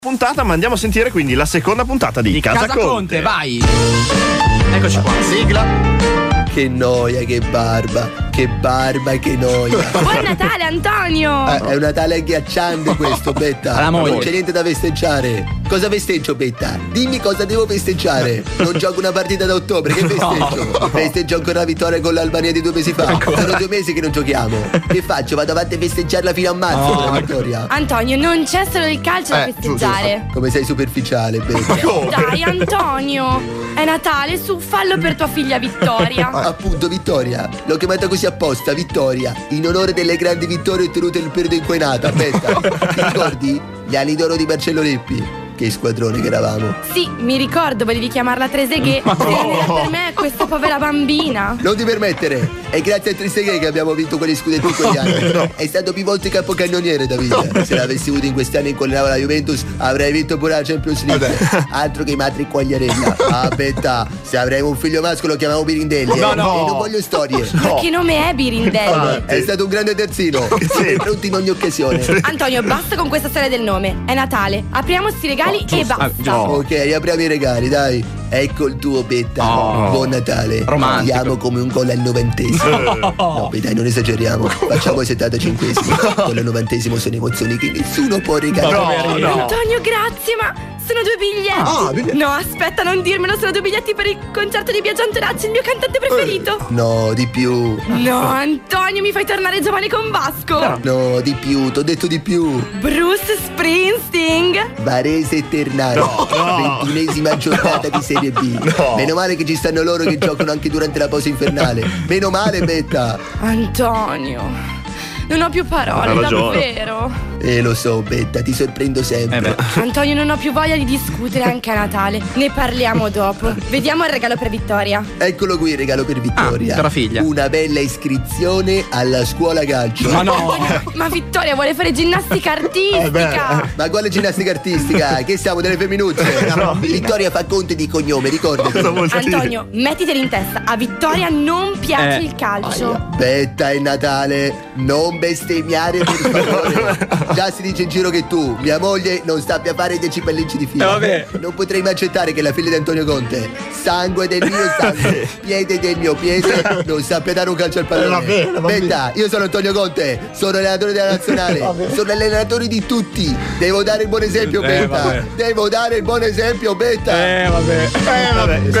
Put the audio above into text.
Puntata, ma andiamo a sentire quindi la seconda puntata di Casa Conte. Vai. Eccoci qua. Sigla. Che noia, che barba, che noia. Buon Natale, Antonio! È un Natale agghiacciante questo, Betta. Alla moglie. Non c'è niente da festeggiare. Cosa festeggio, Betta? Dimmi cosa devo festeggiare. Non gioco una partita da ottobre, che festeggio? Festeggio ancora la vittoria con l'Albania di 2 mesi fa. Sono 2 mesi che non giochiamo. Che faccio? Vado avanti a festeggiarla fino a marzo con la vittoria. Antonio, non c'è solo il calcio da festeggiare. Come sei superficiale, Betta. Dai, Antonio! È Natale, su, fallo per tua figlia Vittoria. Appunto, Vittoria. L'ho chiamata così apposta, Vittoria, in onore delle grandi vittorie ottenute nel periodo in cui è nata. Aspetta, ti ricordi? Gli anni d'oro di Marcello Reppi. Che squadrone che eravamo. Sì, mi ricordo, volevi chiamarla Trezeguet. Se non era per me, questa povera bambina. Non ti permettere. È grazie a Trezeguet che abbiamo vinto quegli scudetti in quegli anni. È stato più volte capocannoniere, Davide. Se l'avessi avuto in questi anni in cui allenava la Juventus, avrei vinto pure la Champions League. Altro che i matri quagliarella. Aspetta, se avremo un figlio maschio lo chiamiamo Birindelli. No. E non voglio storie. Ma che nome è Birindelli? È stato un grande terzino. Pronti in ogni occasione. Antonio, basta con questa storia del nome. È Natale. Apriamo sti regali e basta. Ok, apriamo i regali, dai. Ecco il tuo, Betta. Buon Natale. Romantico. Andiamo come un gol al 90esimo. No, beh, dai, non esageriamo. Facciamo il 75esimo. Con il 90esimo sono emozioni che nessuno può regalare. No. Antonio, grazie, ma sono 2 biglietti. No, aspetta, non dirmelo, sono 2 biglietti per il concerto di Biagio Antonacci, il mio cantante preferito. No, di più. No, Antonio, mi fai tornare giovane con Vasco. No, di più, t'ho detto di più. Bruce Springsteen. Varese e Ternano. 21esima giornata di Serie B. Meno male che ci stanno loro che giocano anche durante la pausa infernale. Meno male, Betta. Antonio, non ho più parole, Ha ragione. davvero. Lo so, Betta, ti sorprendo sempre. Antonio, non ho più voglia di discutere anche a Natale. Ne parliamo dopo. Vediamo il regalo per Vittoria. Eccolo qui il regalo per Vittoria. per la figlia. Una bella iscrizione alla scuola calcio. Ma no. Ma Vittoria vuole fare ginnastica artistica. Ma quale ginnastica artistica? Che siamo delle femminucce? Vittoria fa conte di cognome, ricordati. Antonio, mettiteli in testa. A Vittoria non piace il calcio. Betta, è Natale, non bestemmiare per favore. Già si dice in giro che tu, mia moglie, non sta più a fare 10 pellicci di fila. Vabbè. Non potrei mai accettare che la figlia di Antonio Conte, sangue del mio sangue, piede del mio piede, non sappia dare un calcio al pallone. Betta, io sono Antonio Conte, sono allenatore della nazionale, sono allenatore di tutti. Devo dare il buon esempio, Betta. vabbè. Devo dare il buon esempio, Betta. Vabbè.